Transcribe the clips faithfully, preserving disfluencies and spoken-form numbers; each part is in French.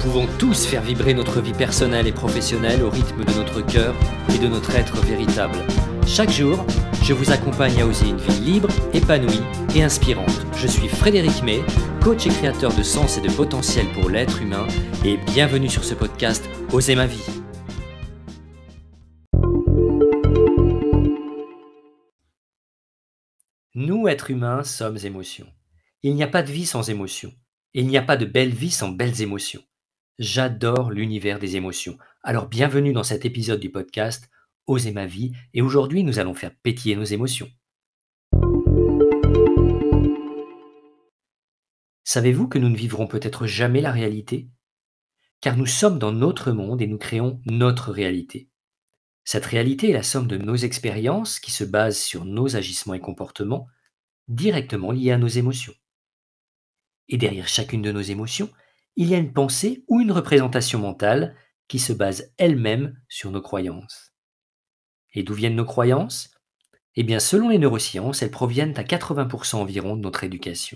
pouvons tous faire vibrer notre vie personnelle et professionnelle au rythme de notre cœur et de notre être véritable. Chaque jour, je vous accompagne à oser une vie libre, épanouie et inspirante. Je suis Frédéric May, coach et créateur de sens et de potentiel pour l'être humain, et bienvenue sur ce podcast Oser ma vie. Nous, êtres humains, sommes émotions. Il n'y a pas de vie sans émotions. Il n'y a pas de belle vie sans belles émotions. J'adore l'univers des émotions. Alors bienvenue dans cet épisode du podcast Oser ma vie, et aujourd'hui nous allons faire pétiller nos émotions. Savez-vous que nous ne vivrons peut-être jamais la réalité ? Car nous sommes dans notre monde et nous créons notre réalité. Cette réalité est la somme de nos expériences qui se basent sur nos agissements et comportements directement liés à nos émotions. Et derrière chacune de nos émotions, il y a une pensée ou une représentation mentale qui se base elle-même sur nos croyances. Et d'où viennent nos croyances ? Eh bien, selon les neurosciences, elles proviennent à quatre-vingts pour cent environ de notre éducation.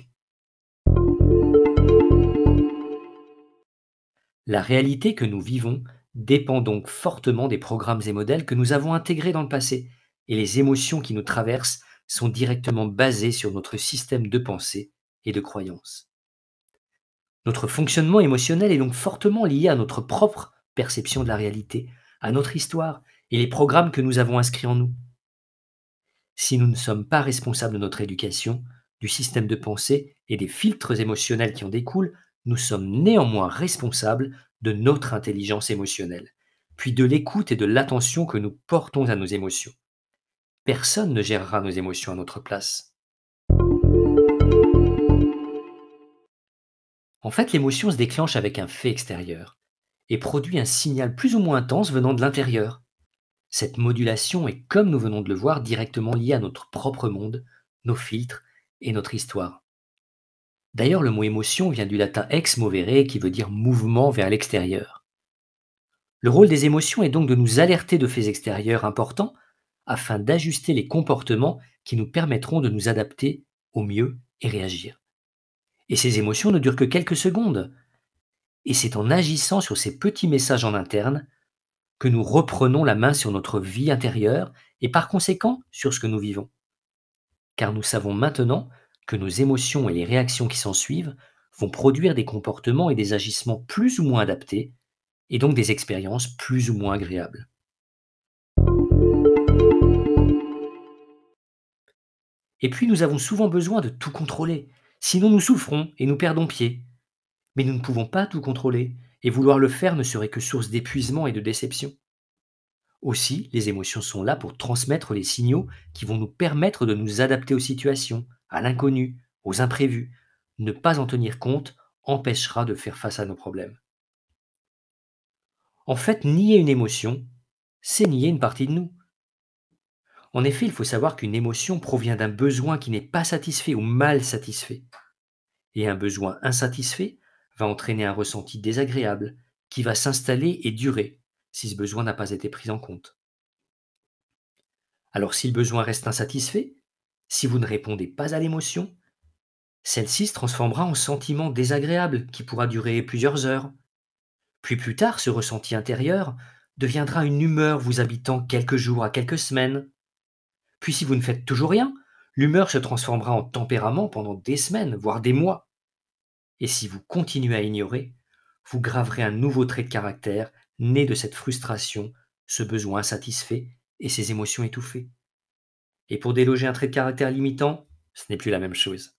La réalité que nous vivons dépend donc fortement des programmes et modèles que nous avons intégrés dans le passé, et les émotions qui nous traversent sont directement basées sur notre système de pensée et de croyances. Notre fonctionnement émotionnel est donc fortement lié à notre propre perception de la réalité, à notre histoire et les programmes que nous avons inscrits en nous. Si nous ne sommes pas responsables de notre éducation, du système de pensée et des filtres émotionnels qui en découlent, nous sommes néanmoins responsables de notre intelligence émotionnelle, puis de l'écoute et de l'attention que nous portons à nos émotions. Personne ne gérera nos émotions à notre place. En fait, l'émotion se déclenche avec un fait extérieur et produit un signal plus ou moins intense venant de l'intérieur. Cette modulation est, comme nous venons de le voir, directement liée à notre propre monde, nos filtres et notre histoire. D'ailleurs, le mot émotion vient du latin ex movere qui veut dire mouvement vers l'extérieur. Le rôle des émotions est donc de nous alerter de faits extérieurs importants afin d'ajuster les comportements qui nous permettront de nous adapter au mieux et réagir. Et ces émotions ne durent que quelques secondes. Et c'est en agissant sur ces petits messages en interne que nous reprenons la main sur notre vie intérieure et par conséquent sur ce que nous vivons. Car nous savons maintenant que nos émotions et les réactions qui s'ensuivent vont produire des comportements et des agissements plus ou moins adaptés, et donc des expériences plus ou moins agréables. Et puis nous avons souvent besoin de tout contrôler, sinon nous souffrons et nous perdons pied. Mais nous ne pouvons pas tout contrôler, et vouloir le faire ne serait que source d'épuisement et de déception. Aussi, les émotions sont là pour transmettre les signaux qui vont nous permettre de nous adapter aux situations, à l'inconnu, aux imprévus. Ne pas en tenir compte empêchera de faire face à nos problèmes. En fait, nier une émotion, c'est nier une partie de nous. En effet, il faut savoir qu'une émotion provient d'un besoin qui n'est pas satisfait ou mal satisfait. Et un besoin insatisfait va entraîner un ressenti désagréable qui va s'installer et durer si ce besoin n'a pas été pris en compte. Alors si le besoin reste insatisfait, si vous ne répondez pas à l'émotion, celle-ci se transformera en sentiment désagréable qui pourra durer plusieurs heures. Puis plus tard, ce ressenti intérieur deviendra une humeur vous habitant quelques jours à quelques semaines. Puis si vous ne faites toujours rien, l'humeur se transformera en tempérament pendant des semaines, voire des mois. Et si vous continuez à ignorer, vous graverez un nouveau trait de caractère né de cette frustration, ce besoin insatisfait et ces émotions étouffées. Et pour déloger un trait de caractère limitant, ce n'est plus la même chose.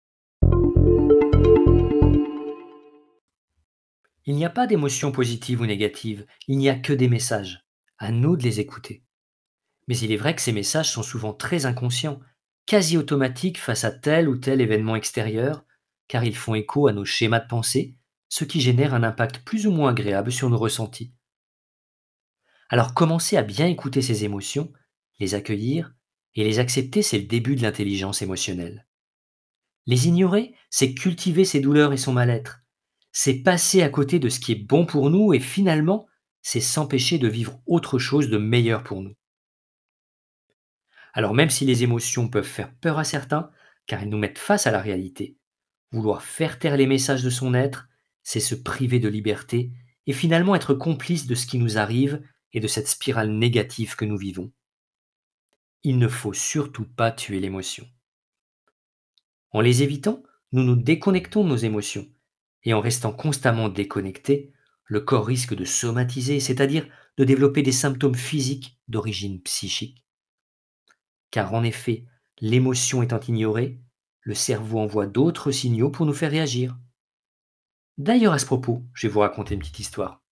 Il n'y a pas d'émotions positives ou négatives, il n'y a que des messages. À nous de les écouter. Mais il est vrai que ces messages sont souvent très inconscients, quasi automatiques face à tel ou tel événement extérieur, car ils font écho à nos schémas de pensée, ce qui génère un impact plus ou moins agréable sur nos ressentis. Alors commencer à bien écouter ces émotions, les accueillir et les accepter, c'est le début de l'intelligence émotionnelle. Les ignorer, c'est cultiver ses douleurs et son mal-être. C'est passer à côté de ce qui est bon pour nous et finalement, c'est s'empêcher de vivre autre chose de meilleur pour nous. Alors même si les émotions peuvent faire peur à certains, car elles nous mettent face à la réalité, vouloir faire taire les messages de son être, c'est se priver de liberté et finalement être complice de ce qui nous arrive et de cette spirale négative que nous vivons. Il ne faut surtout pas tuer l'émotion. En les évitant, nous nous déconnectons de nos émotions. Et en restant constamment déconnecté, le corps risque de somatiser, c'est-à-dire de développer des symptômes physiques d'origine psychique. Car en effet, l'émotion étant ignorée, le cerveau envoie d'autres signaux pour nous faire réagir. D'ailleurs, à ce propos, je vais vous raconter une petite histoire.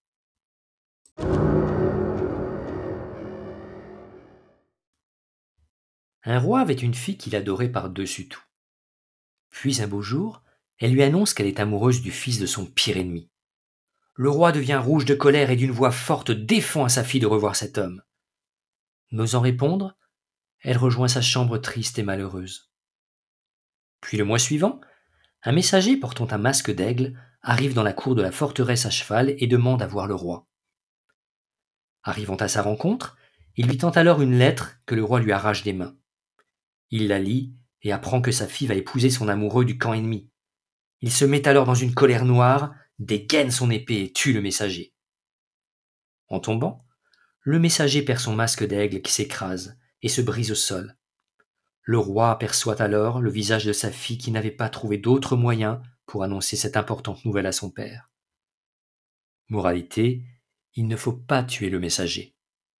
Un roi avait une fille qu'il adorait par-dessus tout. Puis un beau jour, elle lui annonce qu'elle est amoureuse du fils de son pire ennemi. Le roi devient rouge de colère et d'une voix forte défend à sa fille de revoir cet homme. N'osant répondre, elle rejoint sa chambre triste et malheureuse. Puis le mois suivant, un messager portant un masque d'aigle arrive dans la cour de la forteresse à cheval et demande à voir le roi. Arrivant à sa rencontre, il lui tend alors une lettre que le roi lui arrache des mains. Il la lit et apprend que sa fille va épouser son amoureux du camp ennemi. Il se met alors dans une colère noire, dégaine son épée et tue le messager. En tombant, le messager perd son masque d'aigle qui s'écrase et se brise au sol. Le roi aperçoit alors le visage de sa fille qui n'avait pas trouvé d'autre moyen pour annoncer cette importante nouvelle à son père. Moralité, il ne faut pas tuer le messager.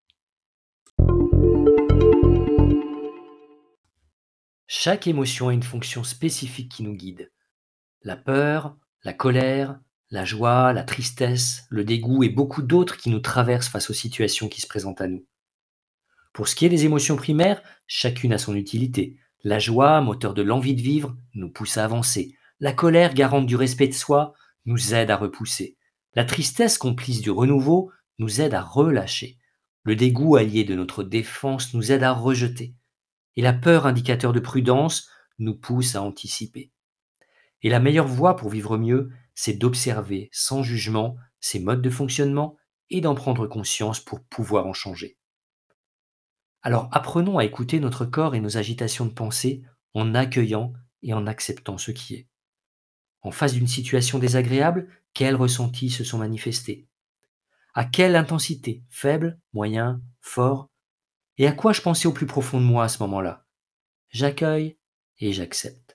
Chaque émotion a une fonction spécifique qui nous guide. La peur, la colère, la joie, la tristesse, le dégoût et beaucoup d'autres qui nous traversent face aux situations qui se présentent à nous. Pour ce qui est des émotions primaires, chacune a son utilité. La joie, moteur de l'envie de vivre, nous pousse à avancer. La colère, garante du respect de soi, nous aide à repousser. La tristesse, complice du renouveau, nous aide à relâcher. Le dégoût, allié de notre défense, nous aide à rejeter. Et la peur, indicateur de prudence, nous pousse à anticiper. Et la meilleure voie pour vivre mieux, c'est d'observer sans jugement ces modes de fonctionnement et d'en prendre conscience pour pouvoir en changer. Alors apprenons à écouter notre corps et nos agitations de pensée en accueillant et en acceptant ce qui est. En face d'une situation désagréable, quels ressentis se sont manifestés? À quelle intensité? Faible, moyen, fort? Et à quoi je pensais au plus profond de moi à ce moment-là? J'accueille et j'accepte.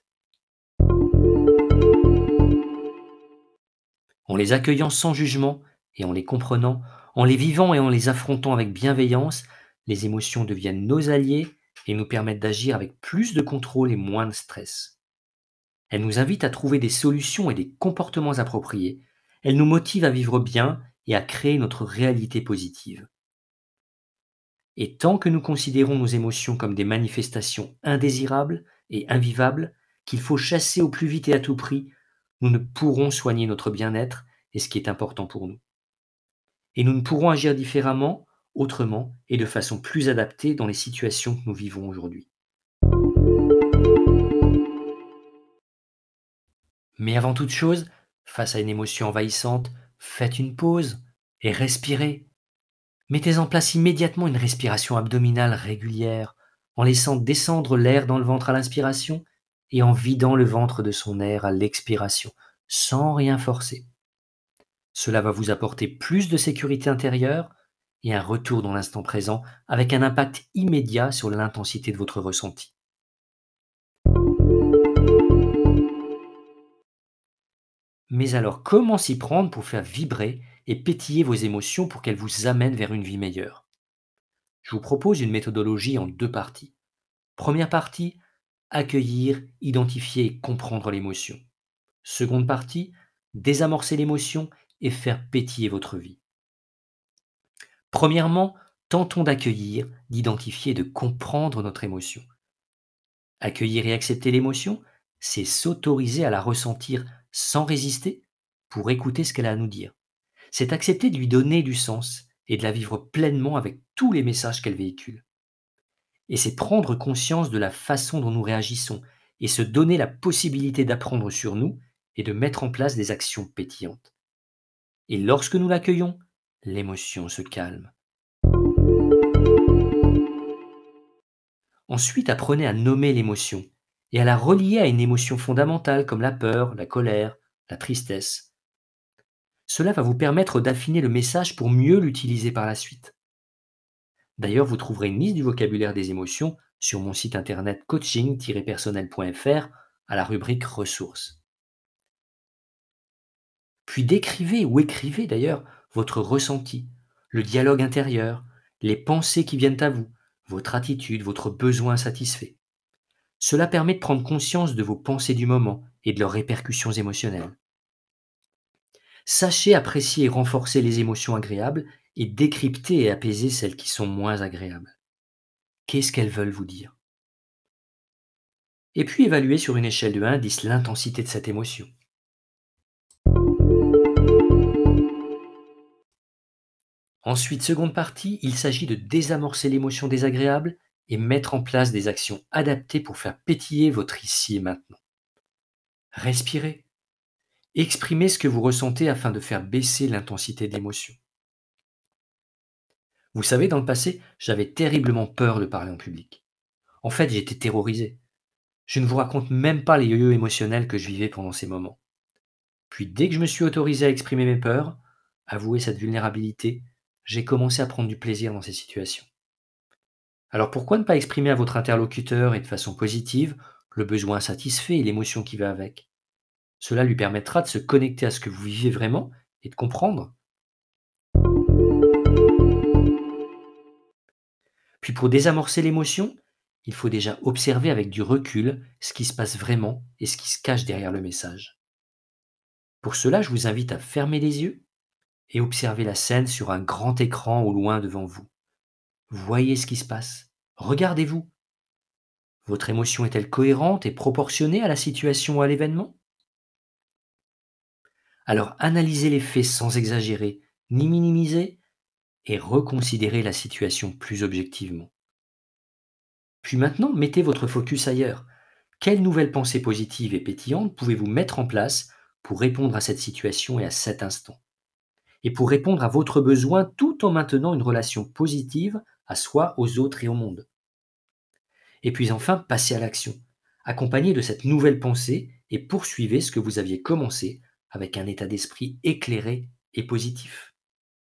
En les accueillant sans jugement et en les comprenant, en les vivant et en les affrontant avec bienveillance, les émotions deviennent nos alliés et nous permettent d'agir avec plus de contrôle et moins de stress. Elles nous invitent à trouver des solutions et des comportements appropriés. Elles nous motivent à vivre bien et à créer notre réalité positive. Et tant que nous considérons nos émotions comme des manifestations indésirables et invivables, qu'il faut chasser au plus vite et à tout prix, nous ne pourrons soigner notre bien-être et ce qui est important pour nous. Et nous ne pourrons agir différemment, autrement et de façon plus adaptée dans les situations que nous vivons aujourd'hui. Mais avant toute chose, face à une émotion envahissante, faites une pause et respirez. Mettez en place immédiatement une respiration abdominale régulière, en laissant descendre l'air dans le ventre à l'inspiration et en vidant le ventre de son air à l'expiration, sans rien forcer. Cela va vous apporter plus de sécurité intérieure et un retour dans l'instant présent avec un impact immédiat sur l'intensité de votre ressenti. Mais alors, comment s'y prendre pour faire vibrer et pétiller vos émotions pour qu'elles vous amènent vers une vie meilleure? Je vous propose une méthodologie en deux parties. Première partie, accueillir, identifier et comprendre l'émotion. Seconde partie, désamorcer l'émotion et faire pétiller votre vie. Premièrement, tentons d'accueillir, d'identifier et de comprendre notre émotion. Accueillir et accepter l'émotion, c'est s'autoriser à la ressentir sans résister pour écouter ce qu'elle a à nous dire. C'est accepter de lui donner du sens et de la vivre pleinement avec tous les messages qu'elle véhicule. Et c'est prendre conscience de la façon dont nous réagissons et se donner la possibilité d'apprendre sur nous et de mettre en place des actions pétillantes. Et lorsque nous l'accueillons, l'émotion se calme. Ensuite, apprenez à nommer l'émotion et à la relier à une émotion fondamentale comme la peur, la colère, la tristesse. Cela va vous permettre d'affiner le message pour mieux l'utiliser par la suite. D'ailleurs, vous trouverez une liste du vocabulaire des émotions sur mon site internet coaching tiret personnel point f r à la rubrique ressources. Puis décrivez ou écrivez d'ailleurs votre ressenti, le dialogue intérieur, les pensées qui viennent à vous, votre attitude, votre besoin satisfait. Cela permet de prendre conscience de vos pensées du moment et de leurs répercussions émotionnelles. Sachez apprécier et renforcer les émotions agréables et décrypter et apaiser celles qui sont moins agréables. Qu'est-ce qu'elles veulent vous dire? Et puis évaluez sur une échelle de un à dix l'intensité de cette émotion. Ensuite, seconde partie, il s'agit de désamorcer l'émotion désagréable et mettre en place des actions adaptées pour faire pétiller votre ici et maintenant. Respirez. Exprimez ce que vous ressentez afin de faire baisser l'intensité de l'émotion. Vous savez, dans le passé, j'avais terriblement peur de parler en public. En fait, j'étais terrorisé. Je ne vous raconte même pas les yo-yo émotionnels que je vivais pendant ces moments. Puis dès que je me suis autorisé à exprimer mes peurs, avouer cette vulnérabilité, j'ai commencé à prendre du plaisir dans ces situations. Alors pourquoi ne pas exprimer à votre interlocuteur et de façon positive le besoin satisfait et l'émotion qui va avec? Cela lui permettra de se connecter à ce que vous vivez vraiment et de comprendre. Puis pour désamorcer l'émotion, il faut déjà observer avec du recul ce qui se passe vraiment et ce qui se cache derrière le message. Pour cela, je vous invite à fermer les yeux et observer la scène sur un grand écran au loin devant vous. Voyez ce qui se passe. Regardez-vous. Votre émotion est-elle cohérente et proportionnée à la situation ou à l'événement? Alors analysez les faits sans exagérer ni minimiser et reconsidérez la situation plus objectivement. Puis maintenant, mettez votre focus ailleurs. Quelles nouvelles pensées positives et pétillantes pouvez-vous mettre en place pour répondre à cette situation et à cet instant? Et pour répondre à votre besoin tout en maintenant une relation positive à soi, aux autres et au monde. Et puis enfin, passez à l'action. Accompagnez de cette nouvelle pensée et poursuivez ce que vous aviez commencé avec un état d'esprit éclairé et positif.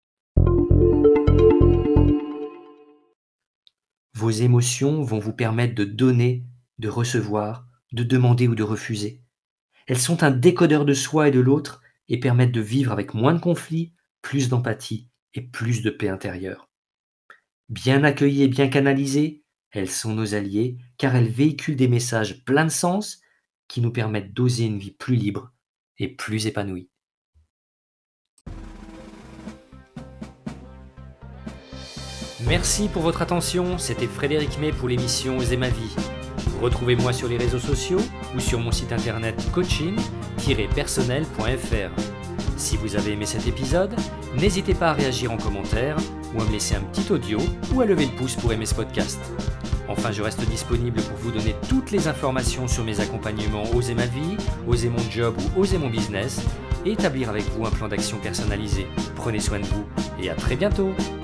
Vos émotions vont vous permettre de donner, de recevoir, de demander ou de refuser. Elles sont un décodeur de soi et de l'autre et permettent de vivre avec moins de conflits, plus d'empathie et plus de paix intérieure. Bien accueillies et bien canalisées, elles sont nos alliés car elles véhiculent des messages pleins de sens qui nous permettent d'oser une vie plus libre et plus épanouie. Merci pour votre attention, c'était Frédéric May pour l'émission Oser ma vie. Retrouvez-moi sur les réseaux sociaux ou sur mon site internet coaching tiret personnel point f r. Si vous avez aimé cet épisode, n'hésitez pas à réagir en commentaire ou à me laisser un petit audio ou à lever le pouce pour aimer ce podcast. Enfin, je reste disponible pour vous donner toutes les informations sur mes accompagnements Oser ma vie, Oser mon job ou Oser mon business et établir avec vous un plan d'action personnalisé. Prenez soin de vous et à très bientôt.